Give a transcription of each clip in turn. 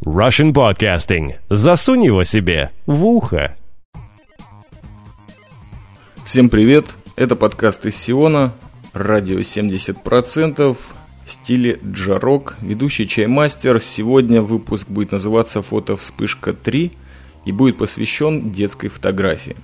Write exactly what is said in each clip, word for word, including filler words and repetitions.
Russian Podcasting. Засунь его себе в ухо. Всем привет, это подкаст из Сиона, радио семьдесят процентов, в стиле джарок, ведущий Чаймастер. Сегодня выпуск будет называться «Фото-вспышка три» и будет посвящен детской фотографии.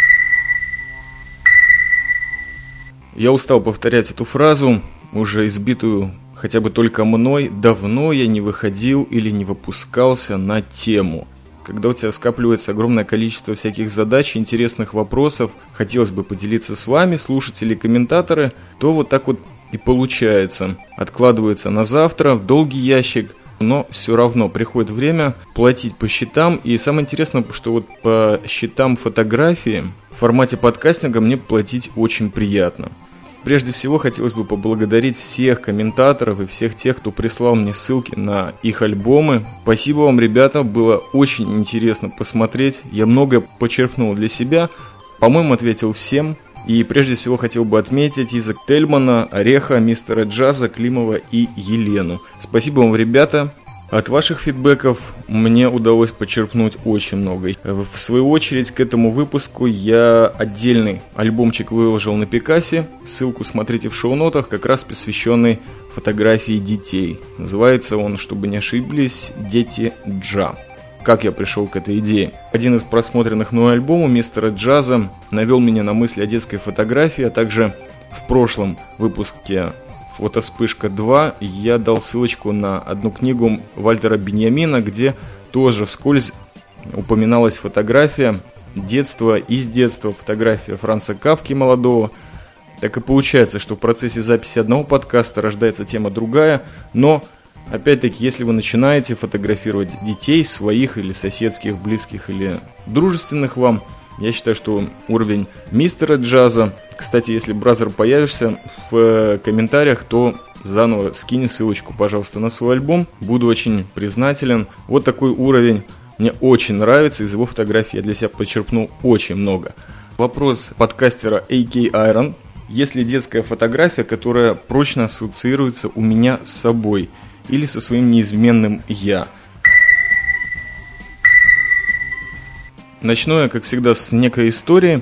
Я устал повторять эту фразу, уже избитую хотя бы только мной. Давно я не выходил или не выпускался на тему. Когда у тебя скапливается огромное количество всяких задач, интересных вопросов, хотелось бы поделиться с вами, слушатели и комментаторы, то вот так вот и получается. Откладывается на завтра, в долгий ящик, но все равно приходит время платить по счетам. И самое интересное, что вот по счетам фотографии в формате подкастинга мне платить очень приятно. Прежде всего, хотелось бы поблагодарить всех комментаторов и всех тех, кто прислал мне ссылки на их альбомы. Спасибо вам, ребята, было очень интересно посмотреть. Я многое почерпнул для себя, по-моему, ответил всем. И прежде всего хотел бы отметить Иза Тельмана, Ореха, Мистера Джаза, Климова и Елену. Спасибо вам, ребята. От ваших фидбэков мне удалось почерпнуть очень много. В свою очередь к этому выпуску я отдельный альбомчик выложил на Пикасе. Ссылку смотрите в шоу-нотах, как раз посвященный фотографии детей. Называется он, чтобы не ошиблись, «Дети Джа». Как я пришел к этой идее? Один из просмотренных мной альбомов Мистера Джаза навел меня на мысли о детской фотографии, а также в прошлом выпуске «Фото-вспышка два» я дал ссылочку на одну книгу Вальтера Беньямина, где тоже вскользь упоминалась фотография детства, из детства, фотография Франца Кафки молодого. Так и получается, что в процессе записи одного подкаста рождается тема другая, но опять-таки, если вы начинаете фотографировать детей, своих или соседских, близких или дружественных вам, я считаю, что уровень Мистера Джаза. Кстати, если, бразер, появишься в комментариях, то заново скинь ссылочку, пожалуйста, на свой альбом. Буду очень признателен. Вот такой уровень мне очень нравится. Из его фотографий я для себя почерпнул очень много. Вопрос подкастера эй кей Iron. Есть ли детская фотография, которая прочно ассоциируется у меня с собой или со своим неизменным «я»? Начну я, как всегда, с некой истории.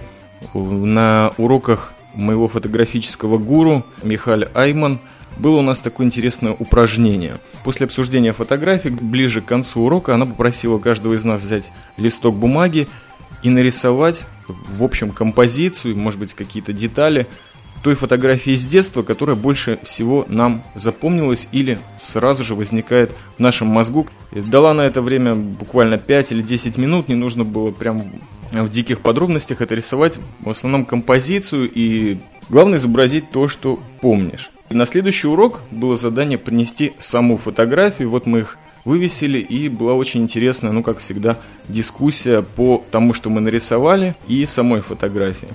На уроках моего фотографического гуру Михаль Айман было у нас такое интересное упражнение. После обсуждения фотографий, ближе к концу урока, она попросила каждого из нас взять листок бумаги и нарисовать, в общем, композицию, может быть, какие-то детали той фотографии из детства, которая больше всего нам запомнилась или сразу же возникает в нашем мозгу. Дала на это время буквально пять или десять минут, не нужно было прям в диких подробностях это рисовать, в основном композицию, и главное изобразить то, что помнишь. И на следующий урок было задание принести саму фотографию, вот мы их вывесили, и была очень интересная, ну как всегда, дискуссия по тому, что мы нарисовали, и самой фотографии.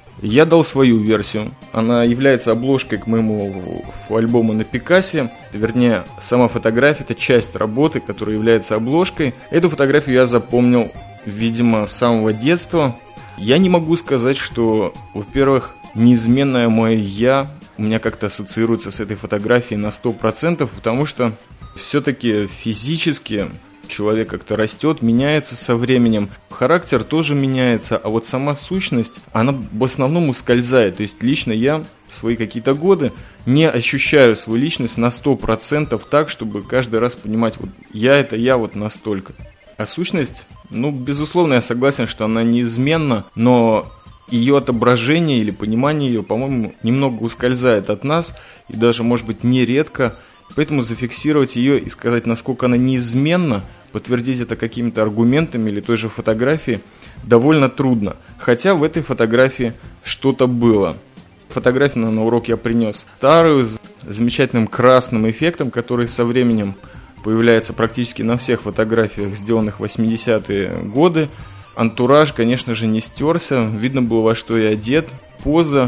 Я дал свою версию, она является обложкой к моему альбому на Пикасе, вернее, сама фотография – это часть работы, которая является обложкой. Эту фотографию я запомнил, видимо, с самого детства. Я не могу сказать, что, во-первых, неизменное мое «я» у меня как-то ассоциируется с этой фотографией на сто процентов, потому что все-таки физически человек как-то растет, меняется со временем, характер тоже меняется, а вот сама сущность, она в основном ускользает. То есть лично я в свои какие-то годы не ощущаю свою личность на сто процентов так, чтобы каждый раз понимать, вот я это я вот настолько. А сущность, ну, безусловно, я согласен, что она неизменна, но ее отображение или понимание ее, по-моему, немного ускользает от нас, и даже, может быть, нередко. Поэтому зафиксировать ее и сказать, насколько она неизменна, подтвердить это какими-то аргументами или той же фотографией, довольно трудно. Хотя в этой фотографии что-то было. Фотографию на урок я принес старую, с замечательным красным эффектом, который со временем появляется практически на всех фотографиях, сделанных в восьмидесятые годы. Антураж, конечно же, не стерся, видно было, во что я одет, поза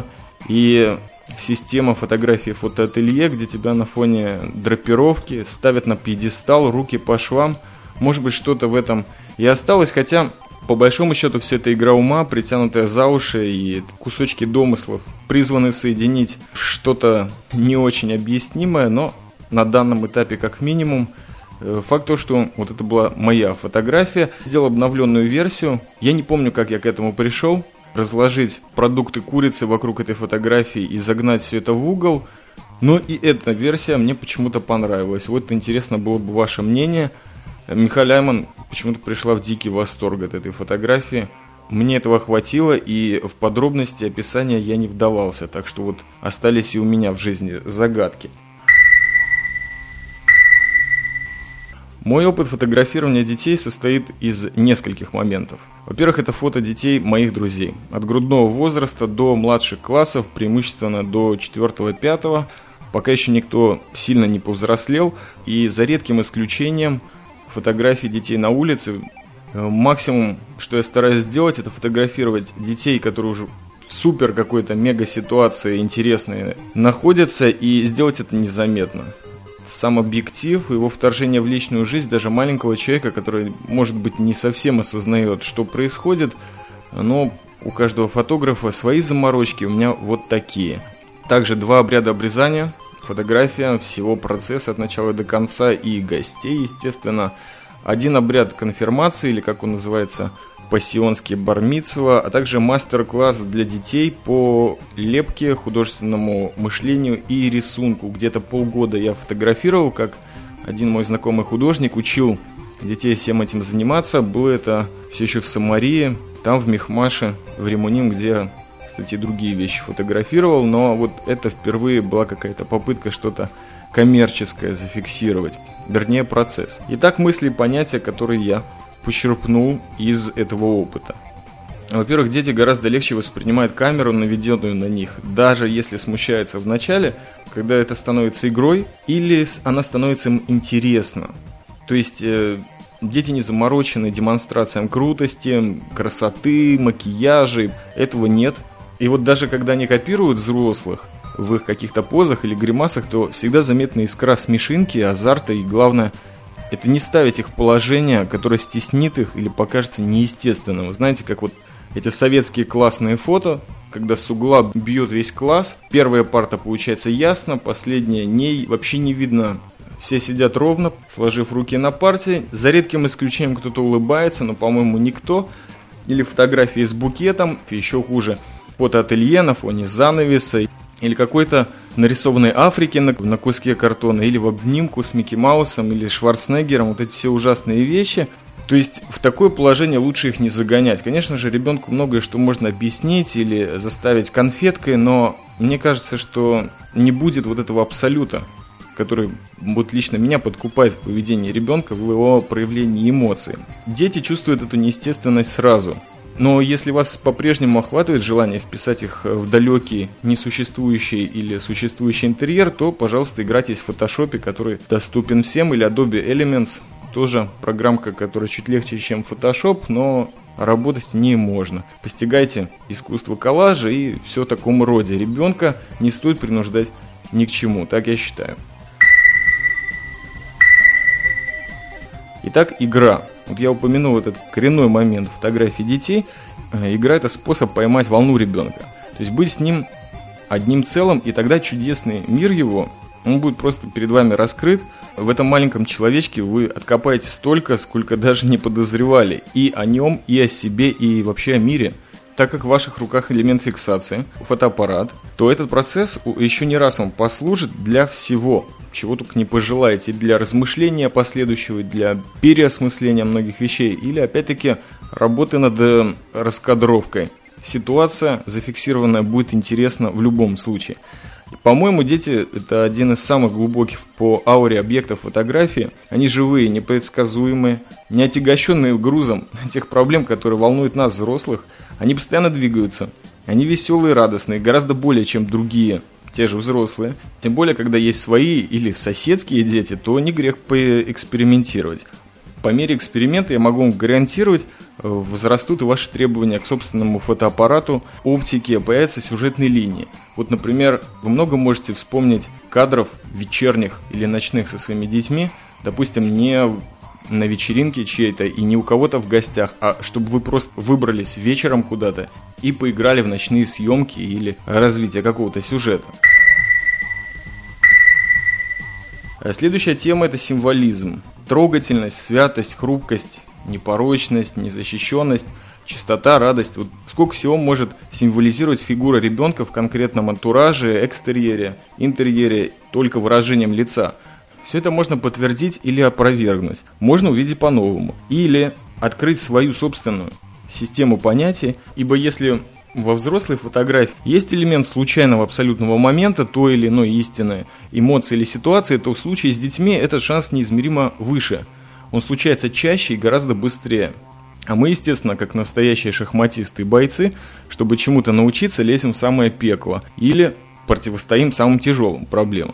и система фотографии фотоателье, где тебя на фоне драпировки ставят на пьедестал, руки по швам. Может быть, что-то в этом и осталось, хотя по большому счету все это игра ума, притянутая за уши, и кусочки домыслов призваны соединить что-то не очень объяснимое, но на данном этапе как минимум Факт то, что вот это была моя фотография. Сделал обновленную версию. Я не помню, как я к этому пришел. Разложить продукты курицы вокруг этой фотографии и загнать все это в угол. Но и эта версия мне почему-то понравилась. Вот интересно было бы ваше мнение. Михаль Айман почему-то пришла в дикий восторг от этой фотографии. Мне этого хватило, и в подробности описания я не вдавался. Так что вот остались и у меня в жизни загадки. Мой опыт фотографирования детей состоит из нескольких моментов. Во-первых, это фото детей моих друзей. От грудного возраста до младших классов, преимущественно до четвёртого-пятого, пока еще никто сильно не повзрослел. И за редким исключением фотографии детей на улице. Максимум, что я стараюсь сделать, это фотографировать детей, которые уже в супер какой-то мега ситуации интересные находятся, и сделать это незаметно. Сам объектив, его вторжение в личную жизнь даже маленького человека, который, может быть, не совсем осознает, что происходит, но у каждого фотографа свои заморочки, у меня вот такие. Также два обряда обрезания, фотография всего процесса от начала до конца и гостей, естественно. Один обряд конфирмации, или как он называется, пассионский бар-мицва, а также мастер-класс для детей по лепке, художественному мышлению и рисунку. Где-то полгода я фотографировал, как один мой знакомый художник учил детей всем этим заниматься. Было это все еще в Самарии, там в Мехмаше, в Римуним, где, кстати, другие вещи фотографировал, но вот это впервые была какая-то попытка что-то коммерческое зафиксировать, вернее процесс. Итак, мысли и понятия, которые я почерпнул из этого опыта. Во-первых, дети гораздо легче воспринимают камеру, наведенную на них, даже если смущаются в начале, когда это становится игрой, или она становится им интересна. То есть э, дети не заморочены демонстрациям крутости, красоты, макияжей, этого нет. И вот даже когда они копируют взрослых в их каких-то позах или гримасах, то всегда заметна искра смешинки, азарта, и главное, это не ставить их в положение, которое стеснит их или покажется неестественным. Вы знаете, как вот эти советские классные фото, когда с угла бьет весь класс, первая парта получается ясно, последняя не, вообще не видно. Все сидят ровно, сложив руки на парте, за редким исключением кто-то улыбается, но, по-моему, никто. Или фотографии с букетом, еще хуже, фотоателье на фоне занавеса, или какой-то нарисованной Африки на, на куске картона, или в обнимку с Микки Маусом, или Шварценеггером, вот эти все ужасные вещи. То есть в такое положение лучше их не загонять. Конечно же, ребенку многое что можно объяснить или заставить конфеткой, но мне кажется, что не будет вот этого абсолюта, который вот лично меня подкупает в поведении ребенка, в его проявлении эмоций. Дети чувствуют эту неестественность сразу. Но если вас по-прежнему охватывает желание вписать их в далекий, несуществующий или существующий интерьер, то, пожалуйста, играйтесь в фотошопе, который доступен всем, или Adobe Elements, тоже программка, которая чуть легче, чем Photoshop, но работать не можно. Постигайте искусство коллажа и все в таком роде. Ребенка не стоит принуждать ни к чему, так я считаю. Итак, игра. Вот я упомянул этот коренной момент фотографии детей. Игра – это способ поймать волну ребенка. То есть быть с ним одним целым, и тогда чудесный мир его, он будет просто перед вами раскрыт. В этом маленьком человечке вы откопаете столько, сколько даже не подозревали. И о нем, и о себе, и вообще о мире. Так как в ваших руках элемент фиксации, фотоаппарат, то этот процесс еще не раз вам послужит для всего, чего только не пожелаете, для размышления последующего, для переосмысления многих вещей, или опять-таки работы над раскадровкой. Ситуация зафиксированная будет интересна в любом случае. По-моему, дети – это один из самых глубоких по ауре объектов фотографии. Они живые, непредсказуемые, не отягощенные грузом тех проблем, которые волнуют нас, взрослых. Они постоянно двигаются. Они веселые, радостные, гораздо более, чем другие, те же взрослые. Тем более, когда есть свои или соседские дети, то не грех поэкспериментировать. По мере эксперимента я могу вам гарантировать, возрастут и ваши требования к собственному фотоаппарату, оптике, появятся сюжетные линии. Вот, например, вы много можете вспомнить кадров вечерних или ночных со своими детьми, допустим, не на вечеринке чьей-то и не у кого-то в гостях, а чтобы вы просто выбрались вечером куда-то и поиграли в ночные съемки или развитие какого-то сюжета. Следующая тема – это символизм. трогательность, святость, хрупкость, непорочность, незащищенность, чистота, радость. Вот сколько всего может символизировать фигура ребенка в конкретном антураже, экстерьере, интерьере, только выражением лица. Все это можно подтвердить или опровергнуть. Можно увидеть по-новому. Или открыть свою собственную систему понятий, ибо если во взрослой фотографии есть элемент случайного абсолютного момента, той или иной истины, эмоции или ситуации, то в случае с детьми этот шанс неизмеримо выше. Он случается чаще и гораздо быстрее. А мы, естественно, как настоящие шахматисты и бойцы, чтобы чему-то научиться, лезем в самое пекло или противостоим самым тяжелым проблемам.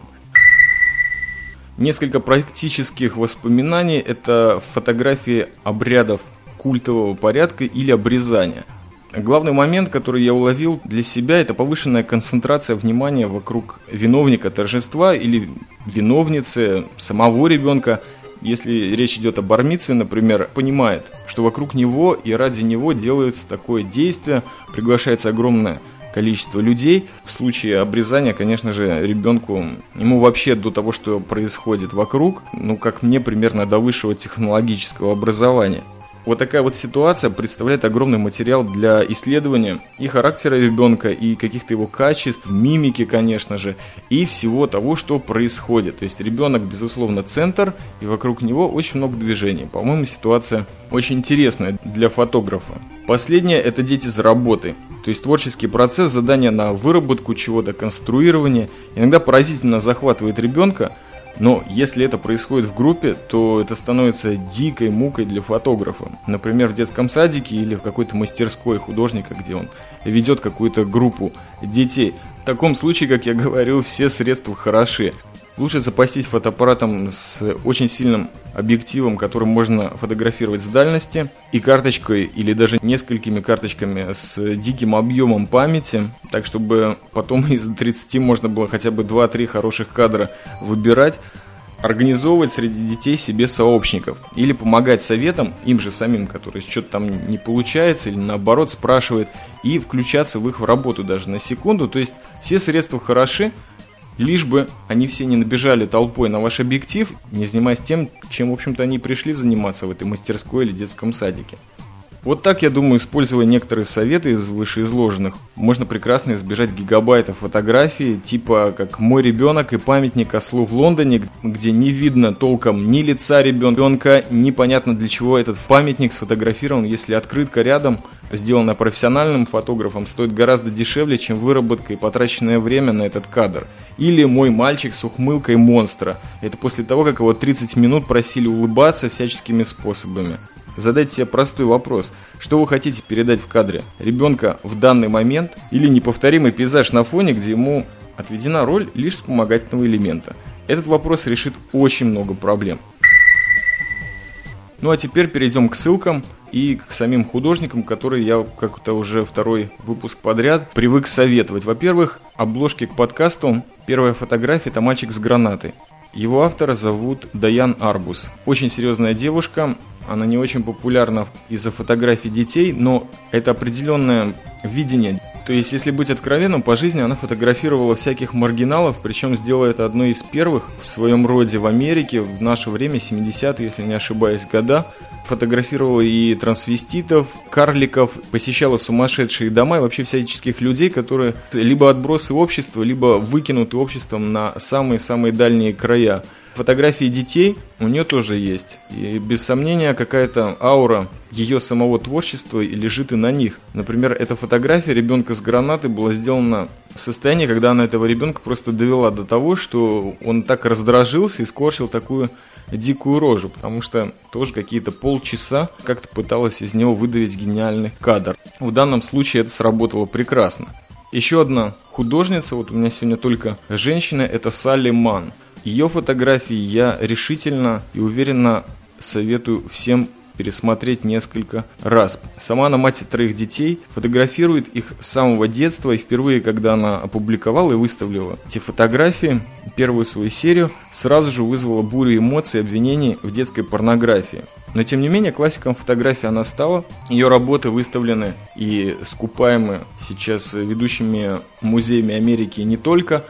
Несколько практических воспоминаний – это фотографии обрядов культового порядка или обрезания. Главный момент, который я уловил для себя, это повышенная концентрация внимания вокруг виновника торжества или виновницы, самого ребенка. Если речь идет о бар-мицве, например, понимает, что вокруг него и ради него делается такое действие, приглашается огромное количество людей. В случае обрезания, конечно же, ребенку, ему вообще до того, что происходит вокруг, ну, как мне, примерно до высшего технологического образования. Вот такая вот ситуация представляет огромный материал для исследования и характера ребенка, и каких-то его качеств, мимики, конечно же, и всего того, что происходит. То есть ребенок, безусловно, центр, и вокруг него очень много движений. По-моему, ситуация очень интересная для фотографа. Последнее – это дети за работой. То есть творческий процесс, задание на выработку чего-то, конструирование, иногда поразительно захватывает ребенка. Но если это происходит в группе, то это становится дикой мукой для фотографа. Например, в детском садике или в какой-то мастерской художника, где он ведет какую-то группу детей. В таком случае, как я говорю, все средства хороши. Лучше запастись фотоаппаратом с очень сильным объективом, которым можно фотографировать с дальности, и карточкой или даже несколькими карточками с диким объемом памяти, так чтобы потом из тридцати можно было хотя бы два-три хороших кадра выбирать, организовывать среди детей себе сообщников или помогать советам, им же самим, которые что-то там не получается или наоборот спрашивают, и включаться в их работу даже на секунду. То есть все средства хороши, лишь бы они все не набежали толпой на ваш объектив, не занимаясь тем, чем, в общем-то, они пришли заниматься в этой мастерской или детском садике. Вот так, я думаю, используя некоторые советы из вышеизложенных, можно прекрасно избежать гигабайтов фотографий, типа как «Мой ребенок» и «Памятник ослу в Лондоне», где не видно толком ни лица ребенка, непонятно для чего этот памятник сфотографирован, если открытка рядом, сделанная профессиональным фотографом, стоит гораздо дешевле, чем выработка и потраченное время на этот кадр. Или «Мой мальчик с ухмылкой монстра». Это после того, как его тридцать минут просили улыбаться всяческими способами. Задайте себе простой вопрос. Что вы хотите передать в кадре? Ребенка в данный момент или неповторимый пейзаж на фоне, где ему отведена роль лишь вспомогательного элемента? Этот вопрос решит очень много проблем. Ну а теперь перейдем к ссылкам и к самим художникам, которые я как-то уже второй выпуск подряд привык советовать. Во-первых, обложки к подкасту. Первая фотография – это мальчик с гранатой. Его автора зовут Даян Арбус. Очень серьезная девушка, она не очень популярна из-за фотографий детей, но это определенное видение. То есть, если быть откровенным, по жизни она фотографировала всяких маргиналов, причем сделала это одной из первых в своем роде в Америке в наше время, семидесятые, если не ошибаюсь, года. Фотографировала и трансвеститов, карликов, посещала сумасшедшие дома и вообще всяческих людей, которые либо отбросы общества, либо выкинуты обществом на самые-самые дальние края. Фотографии детей у нее тоже есть. И без сомнения какая-то аура ее самого творчества лежит и на них. Например, эта фотография ребенка с гранатой была сделана в состоянии, когда она этого ребенка просто довела до того, что он так раздражился и скорчил такую дикую рожу, потому что тоже какие-то полчаса как-то пыталась из него выдавить гениальный кадр. В данном случае это сработало прекрасно. Еще одна художница, вот у меня сегодня только женщина, это Салли Манн. Ее фотографии я решительно и уверенно советую всем пересмотреть несколько раз. Сама она мать троих детей, фотографирует их с самого детства, и впервые, когда она опубликовала и выставила эти фотографии, первую свою серию, сразу же вызвала бурю эмоций и обвинений в детской порнографии. Но тем не менее, классиком фотографии она стала. Ее работы выставлены и скупаемы сейчас ведущими музеями Америки и не только.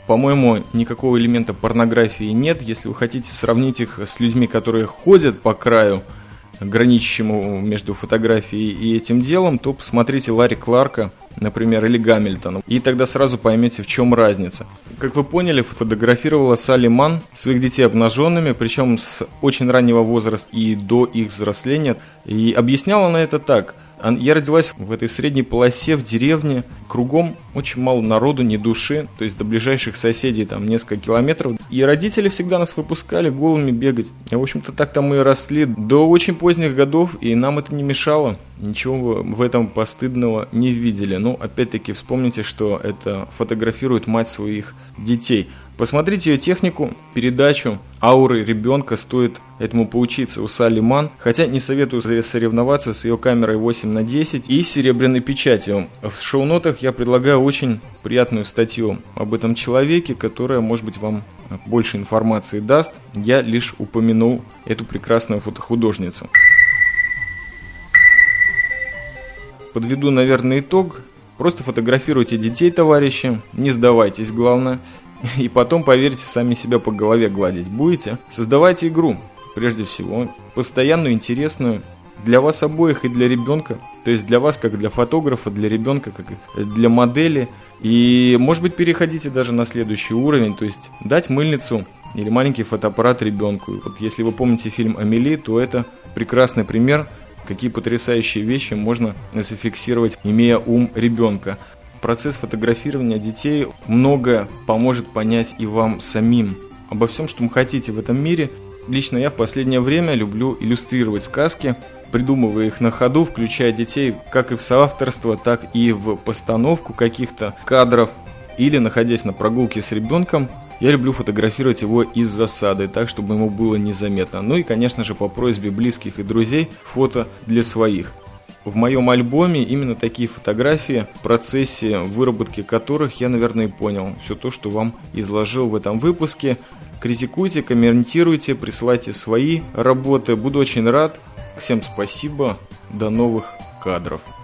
По-моему, никакого элемента порнографии нет. Если вы хотите сравнить их с людьми, которые ходят по краю, граничащему между фотографией и этим делом, то посмотрите Ларри Кларка, например, или Гамильтона, и тогда сразу поймете, в чем разница. Как вы поняли, фотографировала Салли Манн своих детей обнаженными, причем с очень раннего возраста и до их взросления. И объясняла она это так. Я родилась в этой средней полосе в деревне, кругом очень мало народу, ни души, то есть до ближайших соседей там несколько километров. И родители всегда нас выпускали голыми бегать. И, в общем-то, так там мы и росли до очень поздних годов, и нам это не мешало. Ничего в этом постыдного не видели. Но, опять-таки, вспомните, что это фотографирует мать своих детей. Посмотрите ее технику, передачу ауры ребенка, стоит этому поучиться у Салли Манн, хотя не советую соревноваться с ее камерой восемь на десять и серебряной печатью. В шоу-нотах я предлагаю очень приятную статью об этом человеке, которая, может быть, вам больше информации даст. Я лишь упомянул эту прекрасную фотохудожницу. Подведу, наверное, итог. Просто фотографируйте детей, товарищи, не сдавайтесь, главное. И потом, поверьте, сами себя по голове гладить будете. Создавайте игру, прежде всего, постоянную, интересную, для вас обоих и для ребенка. То есть для вас, как для фотографа, для ребенка, как для модели. И, может быть, переходите даже на следующий уровень, то есть дать мыльницу или маленький фотоаппарат ребенку. Вот если вы помните фильм «Амели», то это прекрасный пример, какие потрясающие вещи можно зафиксировать, имея ум ребенка. Процесс фотографирования детей многое поможет понять и вам самим обо всем, что вы хотите в этом мире. Лично я в последнее время люблю иллюстрировать сказки, придумывая их на ходу, включая детей как и в соавторство, так и в постановку каких-то кадров. Или, находясь на прогулке с ребенком, я люблю фотографировать его из засады, так, чтобы ему было незаметно. Ну и, конечно же, по просьбе близких и друзей, фото для своих. В моем альбоме именно такие фотографии, в процессе выработки которых я, наверное, и понял все то, что вам изложил в этом выпуске. Критикуйте, комментируйте, присылайте свои работы. Буду очень рад. Всем спасибо. До новых кадров.